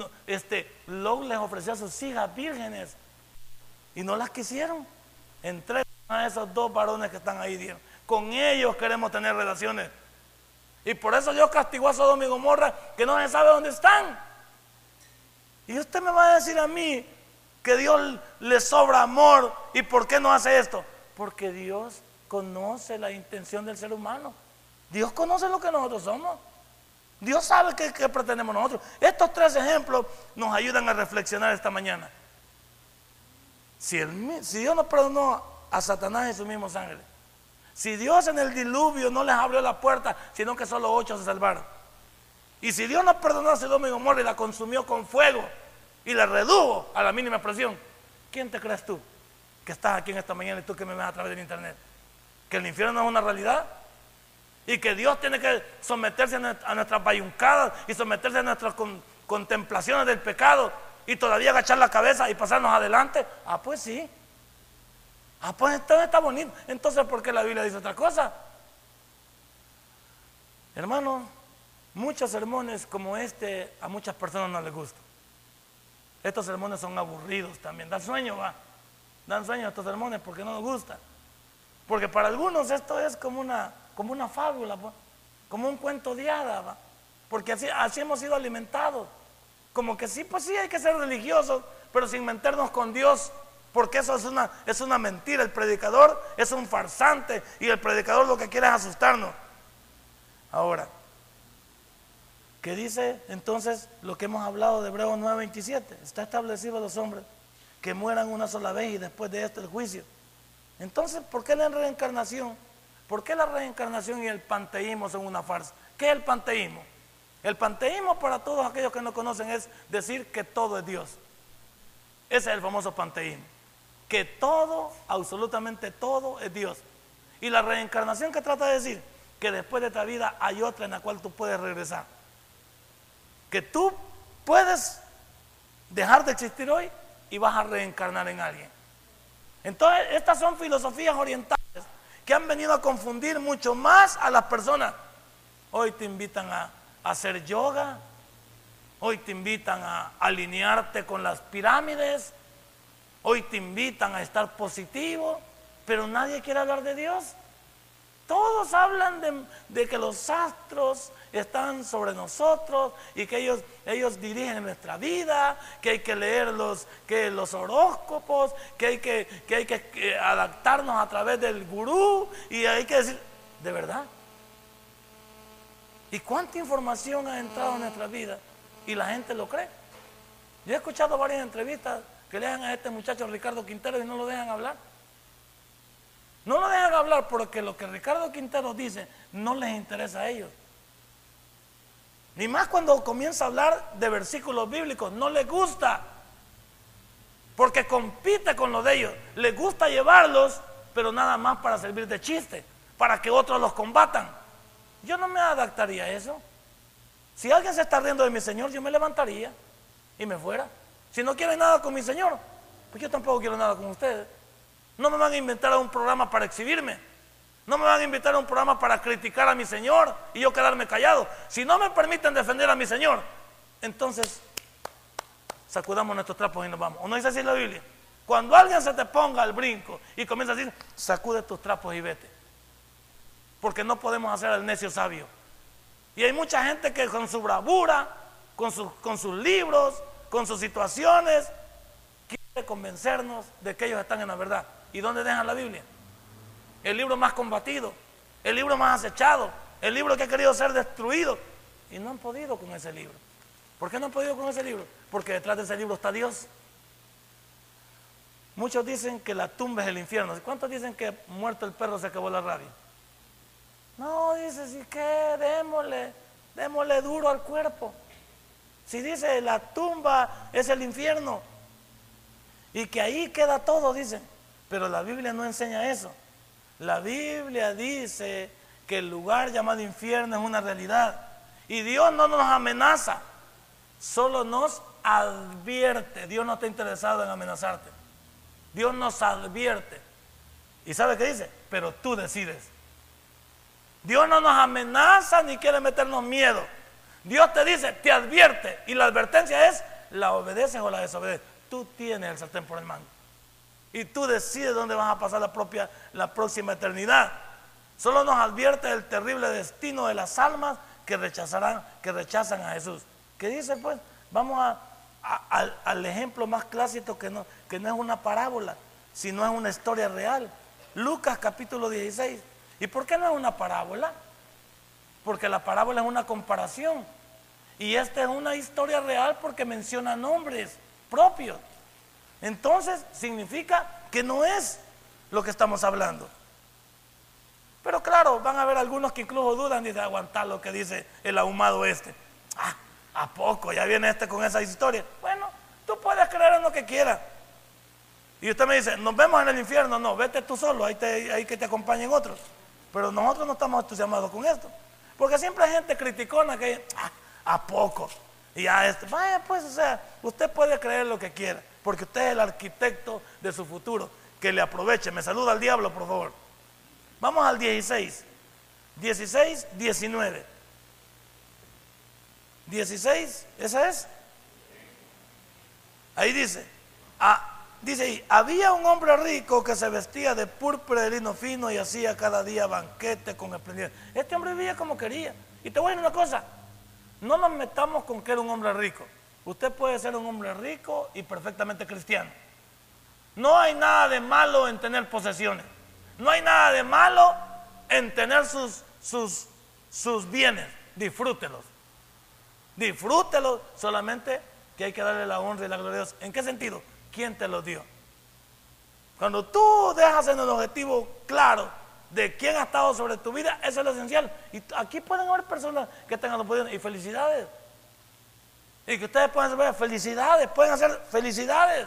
Lot les ofreció a sus hijas vírgenes y no las quisieron. Entreguen a esos 2 varones que están ahí, dijeron, con ellos queremos tener relaciones. Y por eso Dios castigó a Sodoma y Gomorra, que no se sabe dónde están. Y usted me va a decir a mí que Dios le sobra amor, ¿y por qué no hace esto? Porque Dios conoce la intención del ser humano. Dios conoce lo que nosotros somos. Dios sabe qué pretendemos nosotros. Estos 3 ejemplos nos ayudan a reflexionar esta mañana. Si Dios no perdonó a Satanás y sus mismos ángeles, si Dios en el diluvio no les abrió la puerta, sino que solo 8 se salvaron, y si Dios no perdonó a Sodoma y Gomorra y la consumió con fuego y la redujo a la mínima presión, ¿quién te crees tú que estás aquí en esta mañana y tú que me ves a través del internet? ¿Que el infierno no es una realidad? ¿Y que Dios tiene que someterse a nuestras bayuncadas y someterse a nuestras contemplaciones del pecado y todavía agachar la cabeza y pasarnos adelante. Ah, pues sí. Ah, pues entonces está bonito. Entonces, ¿por qué la Biblia dice otra cosa? Hermano, muchos sermones como este a muchas personas no les gustan. Estos sermones son aburridos también. Dan sueño, va. Dan sueño estos sermones porque no nos gusta. Porque para algunos esto es como una fábula, ¿va? Como un cuento de hada, ¿va? Porque así hemos sido alimentados. Como que sí, pues sí hay que ser religiosos, pero sin meternos con Dios. Porque eso es una mentira. El predicador es un farsante y el predicador lo que quiere es asustarnos. Ahora, ¿qué dice entonces lo que hemos hablado de Hebreos 9:27? Está establecido a los hombres que mueran una sola vez y después de esto el juicio. Entonces, ¿por qué la reencarnación? ¿Por qué la reencarnación y el panteísmo son una farsa? ¿Qué es el panteísmo? El panteísmo, para todos aquellos que no conocen, es decir que todo es Dios. Ese es el famoso panteísmo. Que todo, absolutamente todo es Dios. Y la reencarnación, ¿qué trata de decir? Que después de esta vida hay otra en la cual tú puedes regresar. Que tú puedes dejar de existir hoy y vas a reencarnar en alguien. Entonces, estas son filosofías orientales que han venido a confundir mucho más a las personas. Hoy te invitan a hacer yoga, hoy te invitan a alinearte con las pirámides, hoy te invitan a estar positivo, pero nadie quiere hablar de Dios. Todos hablan de que los astros están sobre nosotros y que ellos dirigen nuestra vida, que hay que leer los horóscopos, que hay que adaptarnos a través del gurú y hay que decir, ¿de verdad? ¿Y cuánta información ha entrado en nuestra vida? Y la gente lo cree. Yo he escuchado varias entrevistas que le dan a este muchacho Ricardo Quintero y no lo dejan hablar. No lo dejan hablar porque lo que Ricardo Quintero dice no les interesa a ellos. Ni más cuando comienza a hablar de versículos bíblicos, no les gusta. Porque compite con lo de ellos. Les gusta llevarlos, pero nada más para servir de chiste, para que otros los combatan. Yo no me adaptaría a eso. Si alguien se está riendo de mi Señor, yo me levantaría y me fuera. Si no quieren nada con mi Señor, pues yo tampoco quiero nada con ustedes. No me van a inventar a un programa para exhibirme. No me van a invitar a un programa para criticar a mi Señor y yo quedarme callado. Si no me permiten defender a mi Señor, entonces sacudamos nuestros trapos y nos vamos. ¿O no dice así la Biblia? Cuando alguien se te ponga al brinco y comienza a decir, sacude tus trapos y vete. Porque no podemos hacer al necio sabio. Y hay mucha gente que con su bravura, con sus libros, con sus situaciones, quiere convencernos de que ellos están en la verdad. ¿Y dónde dejan la Biblia? El libro más combatido, el libro más acechado, el libro que ha querido ser destruido. Y no han podido con ese libro. ¿Por qué no han podido con ese libro? Porque detrás de ese libro está Dios. Muchos dicen que la tumba es el infierno. ¿Cuántos dicen que muerto el perro se acabó la rabia? No, dice, si que démosle duro al cuerpo. Si dice la tumba es el infierno y que ahí queda todo, dicen. Pero la Biblia no enseña eso. La Biblia dice que el lugar llamado infierno es una realidad. Y Dios no nos amenaza, solo nos advierte. Dios no está interesado en amenazarte. Dios nos advierte. ¿Y sabe qué dice? Pero tú decides. Dios no nos amenaza ni quiere meternos miedo. Dios te dice, te advierte. Y la advertencia es, la obedeces o la desobedeces. Tú tienes el sartén por el mango. Y tú decides dónde vas a pasar la próxima eternidad. Solo nos advierte el terrible destino de las almas que rechazan a Jesús. ¿Qué dice pues? Vamos al ejemplo más clásico que no es una parábola, sino es una historia real. Lucas capítulo 16. ¿Y por qué no es una parábola? Porque la parábola es una comparación. Y esta es una historia real porque menciona nombres propios. Entonces significa que no es lo que estamos hablando. Pero claro, van a haber algunos que incluso dudan y dicen, aguantar lo que dice el ahumado este. ¿A poco? Ya viene este con esa historia. Bueno, tú puedes creer en lo que quieras. Y usted me dice, nos vemos en el infierno. No, vete tú solo, ahí que te acompañen otros. Pero nosotros no estamos entusiasmados con esto. Porque siempre hay gente criticona que, ¿a poco? Y ya vaya pues, o sea, usted puede creer lo que quiera, porque usted es el arquitecto de su futuro. Que le aproveche. Me saluda al diablo, por favor. Vamos al 16, 19. 16, ¿esa es? Ahí dice, dice ahí, había un hombre rico que se vestía de púrpura de lino fino y hacía cada día banquete con esplendidez. Este hombre vivía como quería. Y te voy a decir una cosa, no nos metamos con que era un hombre rico. Usted puede ser un hombre rico y perfectamente cristiano. No hay nada de malo en tener posesiones. No hay nada de malo en tener sus bienes. Disfrútelos. Disfrútelos, solamente que hay que darle la honra y la gloria a Dios. ¿En qué sentido? ¿Quién te los dio? Cuando tú dejas en el objetivo claro de quién ha estado sobre tu vida, eso es lo esencial. Y aquí pueden haber personas que tengan los poderes. Y felicidades. Y que ustedes puedan hacer felicidades, pueden hacer felicidades.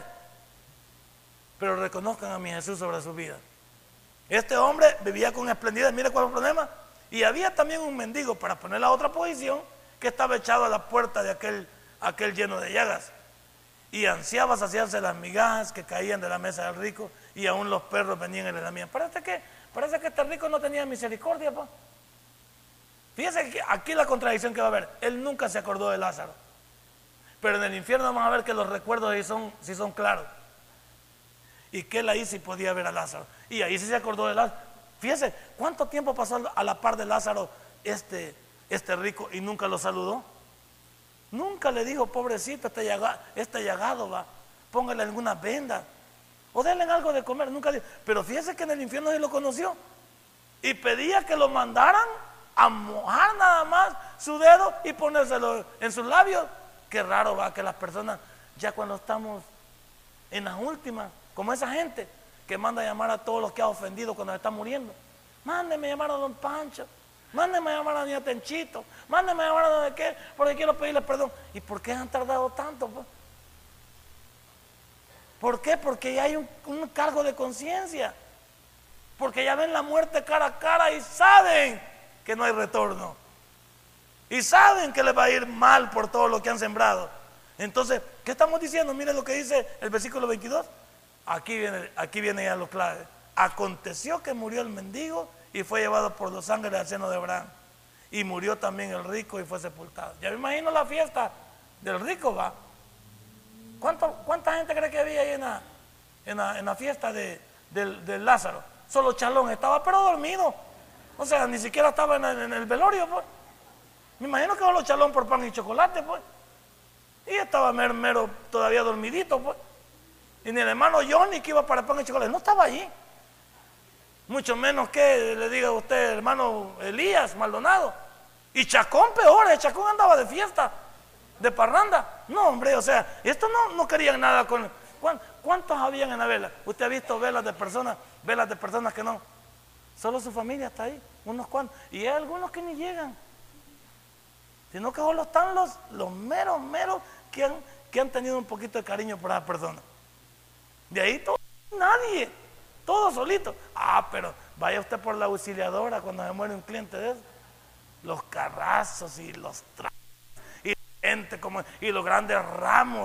Pero reconozcan a mi Jesús sobre su vida. Este hombre vivía con esplendidez. Mire cuál es el problema. Y había también un mendigo, para poner la otra posición, que estaba echado a la puerta de aquel lleno de llagas. Y ansiaba saciarse las migajas que caían de la mesa del rico, y aún los perros venían y le lamían. Parece que este rico no tenía misericordia, pa. Fíjense que aquí la contradicción que va a haber. Él nunca se acordó de Lázaro. Pero en el infierno vamos a ver que los recuerdos sí son claros. Y que él ahí sí podía ver a Lázaro. Y ahí sí se acordó de Lázaro. Fíjense, ¿cuánto tiempo pasó a la par de Lázaro este rico y nunca lo saludó? Nunca le dijo, pobrecito, este llagado va, póngale alguna venda o denle algo de comer. Nunca dijo. Pero fíjense que en el infierno sí lo conoció. Y pedía que lo mandaran a mojar nada más su dedo y ponérselo en sus labios. Qué raro va que las personas, ya cuando estamos en las últimas, como esa gente que manda a llamar a todos los que ha ofendido cuando se está muriendo. Mándeme a llamar a don Pancho, mándeme a llamar a doña Tenchito, mándeme a llamar a donde qué, porque quiero pedirle perdón. ¿Y por qué han tardado tanto? Pues? ¿Por qué? Porque ya hay un cargo de conciencia. Porque ya ven la muerte cara a cara y saben que no hay retorno. Y saben que les va a ir mal por todo lo que han sembrado. Entonces, ¿qué estamos diciendo? Miren lo que dice el versículo 22. Aquí viene ya lo clave. Aconteció que murió el mendigo y fue llevado por los ángeles al seno de Abraham. Y murió también el rico y fue sepultado. Ya me imagino la fiesta del rico, va. ¿Cuánta gente cree que había ahí en la fiesta de Lázaro? Solo Chalón estaba, pero dormido. O sea, ni siquiera estaba en el velorio, pues. Me imagino que solo Chalón por pan y chocolate, pues. Y estaba mero todavía dormidito, pues. Y ni el hermano Johnny que iba para pan y chocolate, no estaba allí. Mucho menos que le diga a usted, hermano Elías Maldonado. Y Chacón peor, Chacón andaba de fiesta, de parranda. No, hombre, o sea, esto no querían nada con... ¿Cuántos habían en la vela? Usted ha visto velas de personas que no. Solo su familia está ahí, unos cuantos. Y hay algunos que ni llegan. Sino que solo están los meros que han tenido un poquito de cariño por esa persona. De ahí todo, nadie, todo solito. Pero vaya usted por la auxiliadora cuando se muere un cliente de eso. Los carrazos y los trapos y gente y los grandes ramos.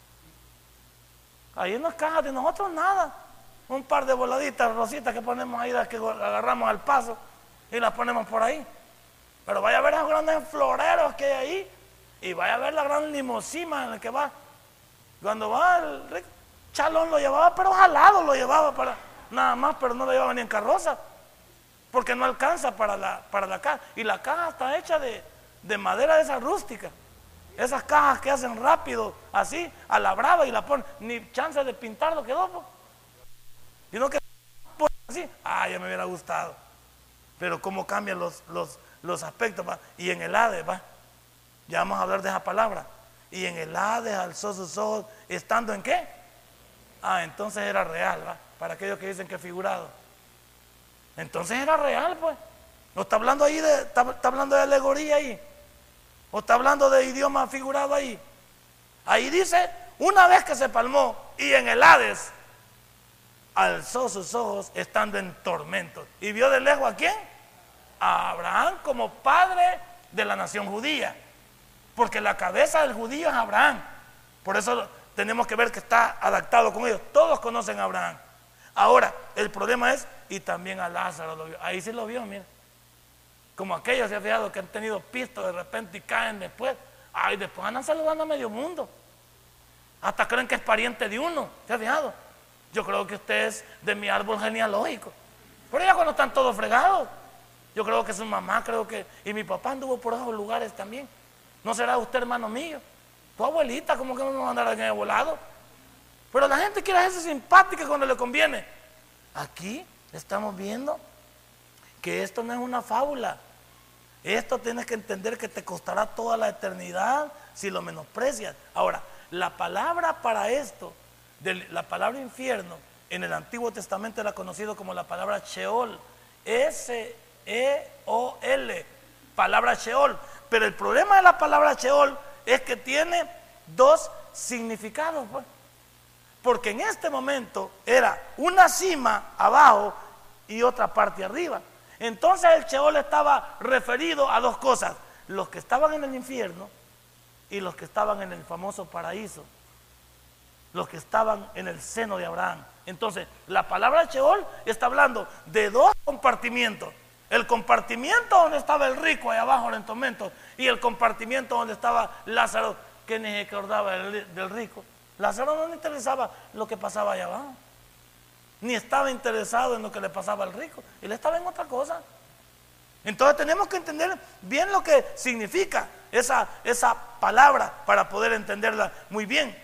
Ahí en las cajas de nosotros nada. Un par de voladitas rositas que ponemos ahí, las que agarramos al paso y las ponemos por ahí. Pero vaya a ver esos grandes floreros que hay ahí y vaya a ver la gran limosina en la que va. Cuando va el rico, Chalón lo llevaba, pero jalado lo llevaba para nada más, pero no lo llevaba ni en carroza, porque no alcanza para la caja. Y la caja está hecha de madera de esa rústica. Esas cajas que hacen rápido, así, a la brava y la ponen, ni chance de pintarlo quedó, pues. Sino que así, ya me hubiera gustado. Pero cómo cambian los aspectos, ¿va? Y en el Hades, ¿va? Ya vamos a hablar de esa palabra. Y en el Hades alzó sus ojos, ¿estando en qué? Entonces era real, ¿va? Para aquellos que dicen que es figurado. Entonces era real, pues. ¿No está hablando ahí está hablando de alegoría ahí? ¿O está hablando de idioma figurado ahí? Ahí dice, una vez que se palmó y en el Hades alzó sus ojos estando en tormento. ¿Y vio de lejos a quién? A Abraham como padre de la nación judía. porque la cabeza del judío es Abraham. Por eso tenemos que ver que está adaptado con ellos. Todos conocen a Abraham. Ahora, el problema es, y también a Lázaro lo vio. Ahí sí lo vio, mira. Como aquellos, se ha fijado, que han tenido pisto de repente y caen después. Ay, después andan saludando a medio mundo. Hasta creen que es pariente de uno. ¿Se ha fijado? Yo creo que usted es de mi árbol genealógico. Pero ya cuando están todos fregados. Yo creo que su mamá, y mi papá anduvo por esos lugares también. ¿No será usted hermano mío? Tu abuelita, ¿cómo que no nos andará en el volado? Pero la gente quiere hacerse simpática cuando le conviene. Aquí estamos viendo que esto no es una fábula. Esto tienes que entender que te costará toda la eternidad si lo menosprecias. Ahora, la palabra para esto, la palabra infierno, en el Antiguo Testamento era conocido como la palabra Sheol. S-E-O-L, palabra Sheol. Pero el problema de la palabra Sheol es que tiene dos significados, pues. Porque en este momento era una cima abajo y otra parte arriba. Entonces el Sheol estaba referido a dos cosas: los que estaban en el infierno y los que estaban en el famoso paraíso, los que estaban en el seno de Abraham. Entonces la palabra Sheol está hablando de dos compartimientos: el compartimiento donde estaba el rico allá abajo en el tormento, y el compartimiento donde estaba Lázaro, que ni se acordaba del rico. Lázaro no le interesaba lo que pasaba allá abajo, ni estaba interesado en lo que le pasaba al rico, él estaba en otra cosa. Entonces tenemos que entender bien lo que significa esa palabra para poder entenderla muy bien.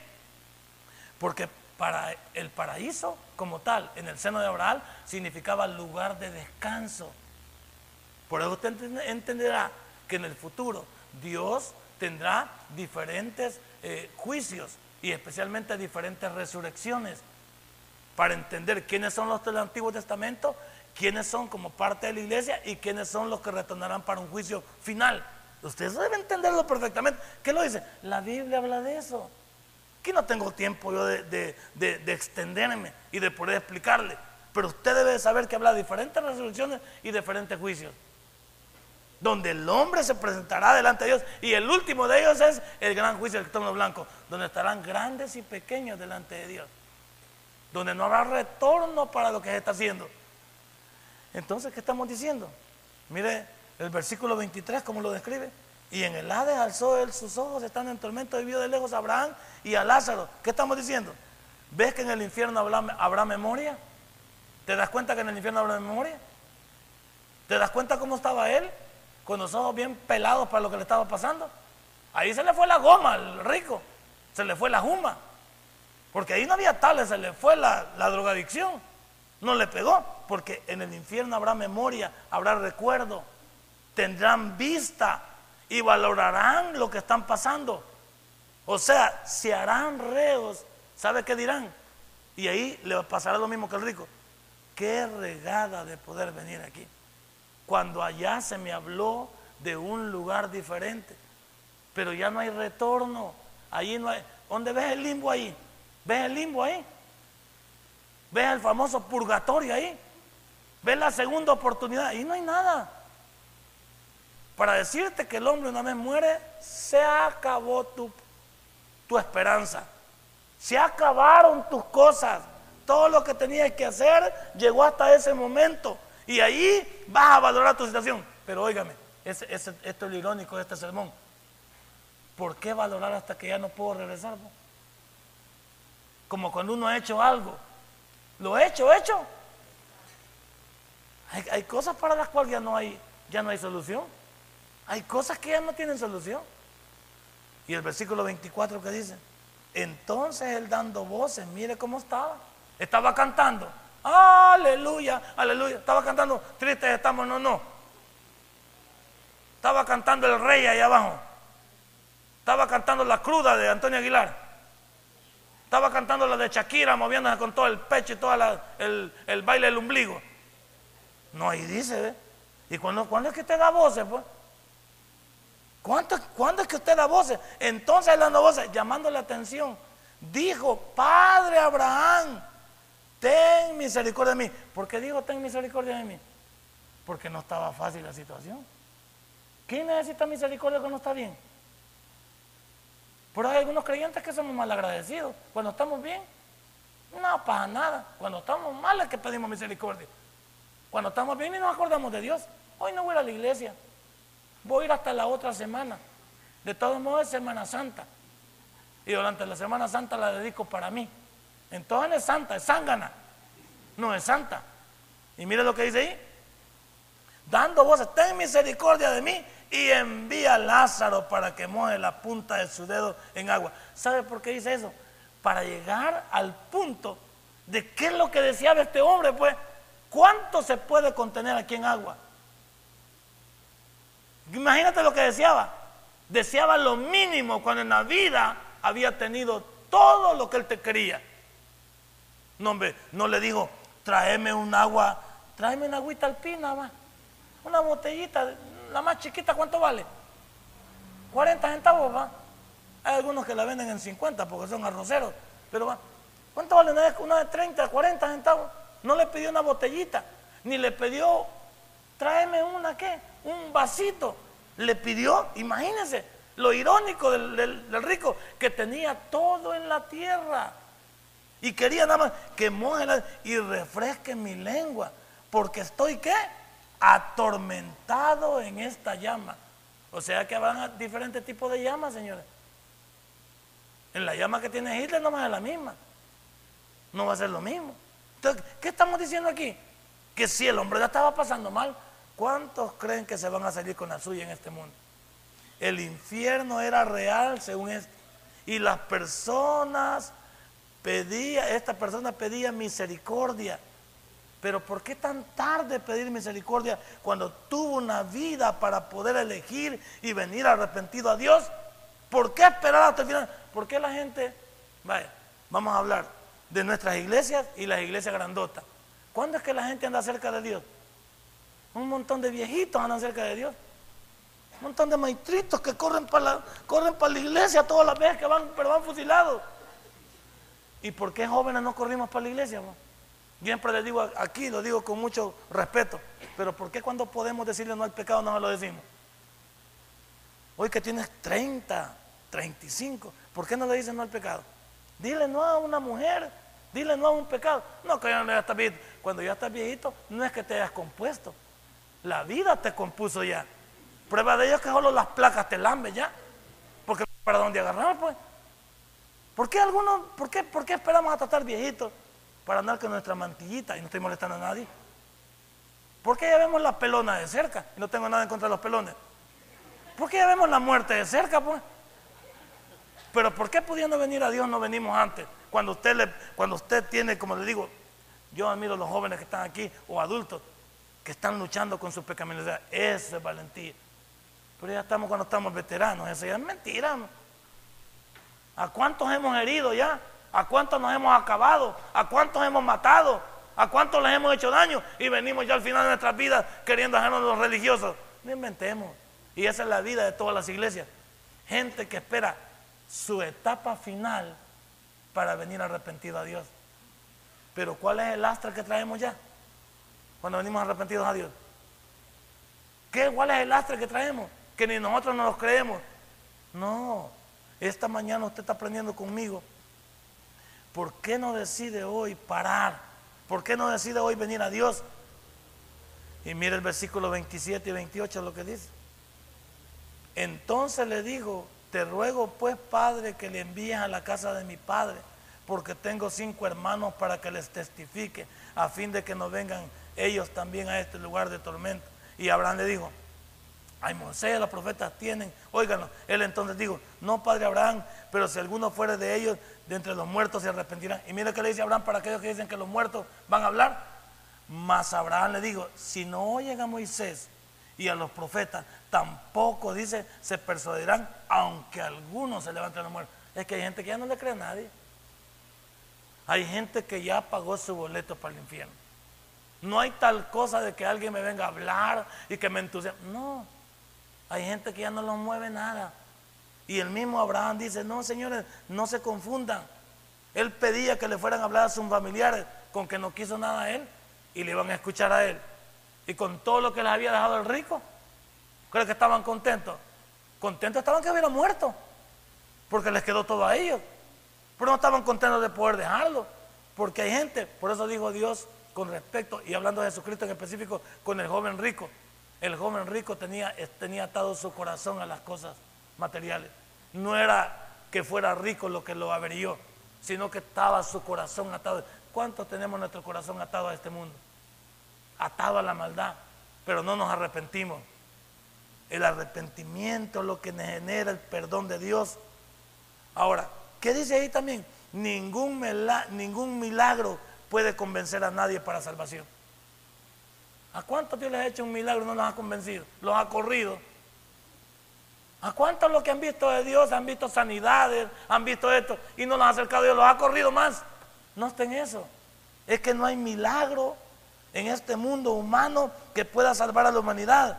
Porque para el paraíso como tal, en el seno de Abraham, significaba lugar de descanso. Por eso usted entenderá que en el futuro Dios tendrá diferentes juicios y especialmente diferentes resurrecciones, para entender quiénes son los del Antiguo Testamento, quiénes son como parte de la iglesia y quiénes son los que retornarán para un juicio final. Ustedes deben entenderlo perfectamente. ¿Qué lo dice? La Biblia habla de eso. Aquí no tengo tiempo yo de extenderme y de poder explicarle, pero usted debe saber que habla de diferentes resurrecciones y diferentes juicios, donde el hombre se presentará delante de Dios, y el último de ellos es el gran juicio del trono blanco, donde estarán grandes y pequeños delante de Dios, donde no habrá retorno para lo que se está haciendo. Entonces, ¿qué estamos diciendo? Mire el versículo 23 como lo describe: y en el Hades alzó él sus ojos, estando en tormento, y vio de lejos a Abraham y a Lázaro. ¿Qué estamos diciendo? ¿Ves que en el infierno habrá memoria? ¿Te das cuenta que en el infierno habrá memoria? ¿Te das cuenta cómo estaba él? Con los ojos bien pelados para lo que le estaba pasando. Ahí se le fue la goma al rico, se le fue la juma, porque ahí no había tales, se le fue la drogadicción, no le pegó, porque en el infierno habrá memoria, habrá recuerdo, tendrán vista y valorarán lo que están pasando. O sea, se harán reos. ¿Sabe qué dirán? Y ahí le pasará lo mismo que el rico: qué regada de poder venir aquí, cuando allá se me habló de un lugar diferente, pero ya no hay retorno. Allí no hay. ¿Dónde ves el limbo ahí? ¿Ves el limbo ahí? ¿Ves el famoso purgatorio ahí? ¿Ves la segunda oportunidad? Ahí no hay nada. Para decirte que el hombre una vez muere, se acabó tu esperanza. Se acabaron tus cosas. Todo lo que tenías que hacer llegó hasta ese momento. Y ahí vas a valorar tu situación. Pero óigame, esto es lo irónico de este sermón. ¿Por qué valorar hasta que ya no puedo regresar? Como cuando uno ha hecho algo. Lo he hecho. Hay cosas para las cuales ya no hay solución. Hay cosas que ya no tienen solución. Y el versículo 24 que dice: entonces él dando voces, mire cómo estaba cantando, aleluya, aleluya. Estaba cantando tristes estamos, no. Estaba cantando el rey allá abajo. Estaba cantando la cruda de Antonio Aguilar. Estaba cantando la de Shakira, moviéndose con todo el pecho y todo el baile del ombligo. No, ahí dice, ¿ve? ¿Y cuándo es que usted da voces, pues? ¿Cuándo es que usted da voces? Entonces él dando voces, llamando la atención, dijo: Padre Abraham, ten misericordia de mí. ¿Por qué dijo ten misericordia de mí? Porque no estaba fácil la situación. ¿Quién necesita misericordia cuando no está bien? Pero hay algunos creyentes que somos malagradecidos. Cuando estamos bien, no pasa nada. Cuando estamos mal es que pedimos misericordia. Cuando estamos bien y nos acordamos de Dios. Hoy no voy a ir a la iglesia. Voy a ir hasta la otra semana. De todos modos es Semana Santa. Y durante la Semana Santa la dedico para mí. Entonces no es santa, es zángana. No es santa. Y mire lo que dice ahí. Dando voces, ten misericordia de mí y envía a Lázaro para que moje la punta de su dedo en agua. ¿Sabe por qué dice eso? Para llegar al punto de qué es lo que deseaba este hombre, pues. ¿Cuánto se puede contener aquí en agua? Imagínate lo que deseaba. Deseaba lo mínimo cuando en la vida había tenido todo lo que él te quería. No, hombre, no le dijo, tráeme un agua, tráeme una agüita alpina, va. Una botellita, la más chiquita, ¿cuánto vale? 40 centavos, va. Hay algunos que la venden en 50 porque son arroceros, pero va. ¿Cuánto vale una de 30, 40 centavos? No le pidió una botellita, ni le pidió, tráeme una, ¿qué? Un vasito. Le pidió, imagínense, lo irónico del rico, que tenía todo en la tierra. Y quería nada más que moje y refresque mi lengua, porque estoy, ¿qué? Atormentado en esta llama. O sea que habrán diferentes tipos de llamas, señores. En la llama que tiene Hitler no va a ser la misma. No va a ser lo mismo. Entonces, ¿qué estamos diciendo aquí? Que si el hombre la estaba pasando mal, ¿cuántos creen que se van a salir con la suya en este mundo? El infierno era real según esto. Y las personas esta persona pedía misericordia. Pero ¿por qué tan tarde pedir misericordia cuando tuvo una vida para poder elegir y venir arrepentido a Dios? ¿Por qué esperar hasta el final? ¿Por qué la gente, vaya, vamos a hablar de nuestras iglesias y las iglesias grandotas? ¿Cuándo es que la gente anda cerca de Dios? Un montón de viejitos andan cerca de Dios. Un montón de maestritos que corren para la iglesia todas las veces que van, pero van fusilados. ¿Y por qué jóvenes no corrimos para la iglesia? Siempre les digo aquí, lo digo con mucho respeto, pero ¿por qué cuando podemos decirle no al pecado no se lo decimos? Hoy que tienes 30, 35, ¿por qué no le dices no al pecado? Dile no a una mujer, dile no a un pecado. No, que ya estás viejito. Cuando ya estás viejito, no es que te hayas compuesto, la vida te compuso ya. Prueba de ello es que solo las placas te lamben ya, porque para dónde agarrar, pues. ¿Por qué esperamos hasta estar viejitos para andar con nuestra mantillita y no estoy molestando a nadie? ¿Por qué ya vemos la pelona de cerca? Y no tengo nada en contra de los pelones. ¿Por qué ya vemos la muerte de cerca, pues? Pero ¿por qué pudiendo venir a Dios no venimos antes? Cuando usted tiene, como le digo, yo admiro a los jóvenes que están aquí o adultos que están luchando con su pecaminosidad. Eso es valentía. Pero ya estamos cuando estamos veteranos, eso ya es mentira, ¿no? ¿A cuántos hemos herido ya? ¿A cuántos nos hemos acabado? ¿A cuántos hemos matado? ¿A cuántos les hemos hecho daño? Y venimos ya al final de nuestras vidas queriendo hacernos los religiosos. No inventemos. Y esa es la vida de todas las iglesias. Gente que espera su etapa final para venir arrepentido a Dios. Pero ¿cuál es el lastre que traemos ya cuando venimos arrepentidos a Dios? ¿Cuál es el lastre que traemos? Que ni nosotros nos los creemos. No. Esta mañana usted está aprendiendo conmigo. ¿Por qué no decide hoy parar? ¿Por qué no decide hoy venir a Dios? Y mire el versículo 27 y 28 lo que dice. Entonces le dijo, te ruego pues, Padre, que le envíes a la casa de mi padre, porque tengo 5 hermanos para que les testifique, a fin de que no vengan ellos también a este lugar de tormento. Y Abraham le dijo, ay, Moisés, los profetas tienen, óiganlo. Él entonces dijo, no, padre Abraham, pero si alguno fuere de ellos, de entre los muertos se arrepentirán. Y mira que le dice Abraham para aquellos que dicen que los muertos van a hablar. Mas Abraham le dijo, si no oyen a Moisés y a los profetas, tampoco, dice, se persuadirán, aunque algunos se levanten los muertos. Es que hay gente que ya no le cree a nadie. Hay gente que ya pagó su boleto para el infierno. No hay tal cosa de que alguien me venga a hablar y que me entusiasme. No. Hay gente que ya no los mueve nada. Y el mismo Abraham dice, no, señores, no se confundan. Él pedía que le fueran a hablar a sus familiares, con que no quiso nada a él, y le iban a escuchar a él. Y con todo lo que les había dejado el rico, creo que estaban contentos. Contentos estaban que hubiera muerto. porque les quedó todo a ellos. Pero no estaban contentos de poder dejarlo, porque hay gente, por eso dijo Dios con respecto, y hablando de Jesucristo en específico, con el joven rico. El joven rico tenía atado su corazón a las cosas materiales. No era que fuera rico lo que lo averió, sino que estaba su corazón atado. ¿Cuántos tenemos nuestro corazón atado a este mundo? Atado a la maldad, pero no nos arrepentimos. El arrepentimiento es lo que nos genera el perdón de Dios. Ahora, ¿qué dice ahí también? Ningún milagro puede convencer a nadie para salvación. ¿A cuántos Dios les ha hecho un milagro y no los ha convencido? Los ha corrido. ¿A cuántos los que han visto de Dios han visto sanidades, han visto esto y no los ha acercado a Dios, los ha corrido más? No está en eso. Es que no hay milagro en este mundo humano que pueda salvar a la humanidad.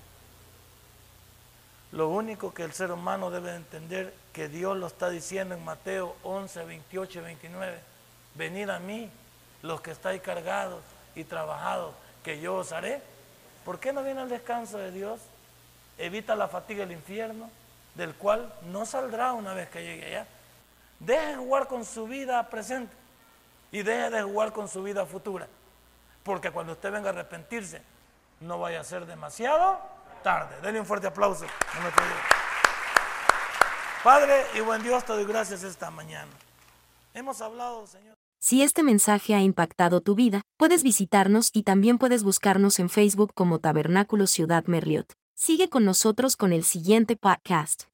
Lo único que el ser humano debe entender, que Dios lo está diciendo en Mateo 11, 28 y 29. Venid a mí, los que estáis cargados y trabajados, que yo os haré. ¿Por qué no viene el descanso de Dios? Evita la fatiga del infierno, del cual no saldrá una vez que llegue allá. Deje de jugar con su vida presente y deje de jugar con su vida futura, porque cuando usted venga a arrepentirse, no vaya a ser demasiado tarde. Denle un fuerte aplauso a nuestro Dios. Padre y buen Dios, te doy gracias esta mañana. Hemos hablado, Señor. Si este mensaje ha impactado tu vida, puedes visitarnos y también puedes buscarnos en Facebook como Tabernáculo Ciudad Merliot. Sigue con nosotros con el siguiente podcast.